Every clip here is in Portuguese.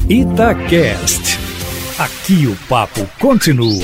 Itacast. Aqui o papo continua.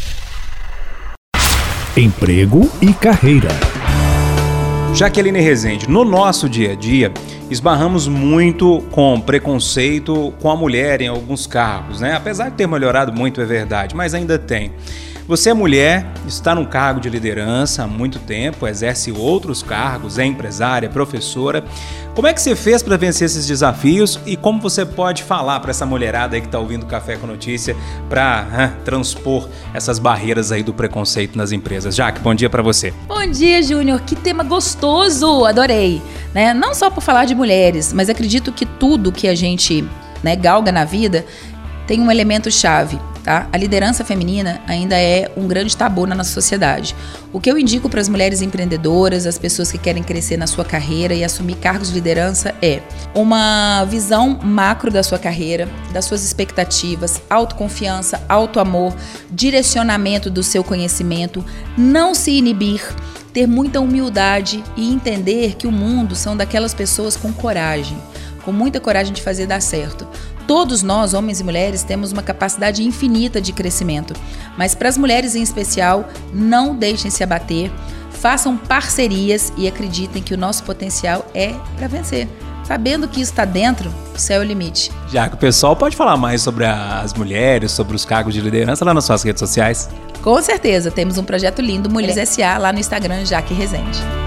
Emprego e carreira. Jaqueline Rezende, no nosso dia a dia, esbarramos muito com preconceito com a mulher em alguns cargos, né? Apesar de ter melhorado muito, é verdade, mas ainda tem. Você é mulher, está num cargo de liderança há muito tempo, exerce outros cargos, é empresária, professora. Como é que você fez para vencer esses desafios e como você pode falar para essa mulherada aí que está ouvindo Café com Notícia para transpor essas barreiras aí do preconceito nas empresas? Jaque, bom dia para você. Bom dia, Júnior. Que tema gostoso, adorei. Né? Não só por falar de mulheres, mas acredito que tudo que a gente galga na vida tem um elemento chave. Tá? A liderança feminina ainda é um grande tabu na nossa sociedade. O que eu indico para as mulheres empreendedoras, as pessoas que querem crescer na sua carreira e assumir cargos de liderança é uma visão macro da sua carreira, das suas expectativas, autoconfiança, autoamor, direcionamento do seu conhecimento, não se inibir, ter muita humildade e entender que o mundo são daquelas pessoas com coragem, com muita coragem de fazer dar certo. Todos nós, homens e mulheres, temos uma capacidade infinita de crescimento, mas para as mulheres em especial, não deixem se abater, façam parcerias e acreditem que o nosso potencial é para vencer. Sabendo que isso está dentro, o céu é o limite. Jaque, o pessoal pode falar mais sobre as mulheres, sobre os cargos de liderança lá nas suas redes sociais? Com certeza, temos um projeto lindo, Mulheres S.A., lá no Instagram, Jaque Rezende.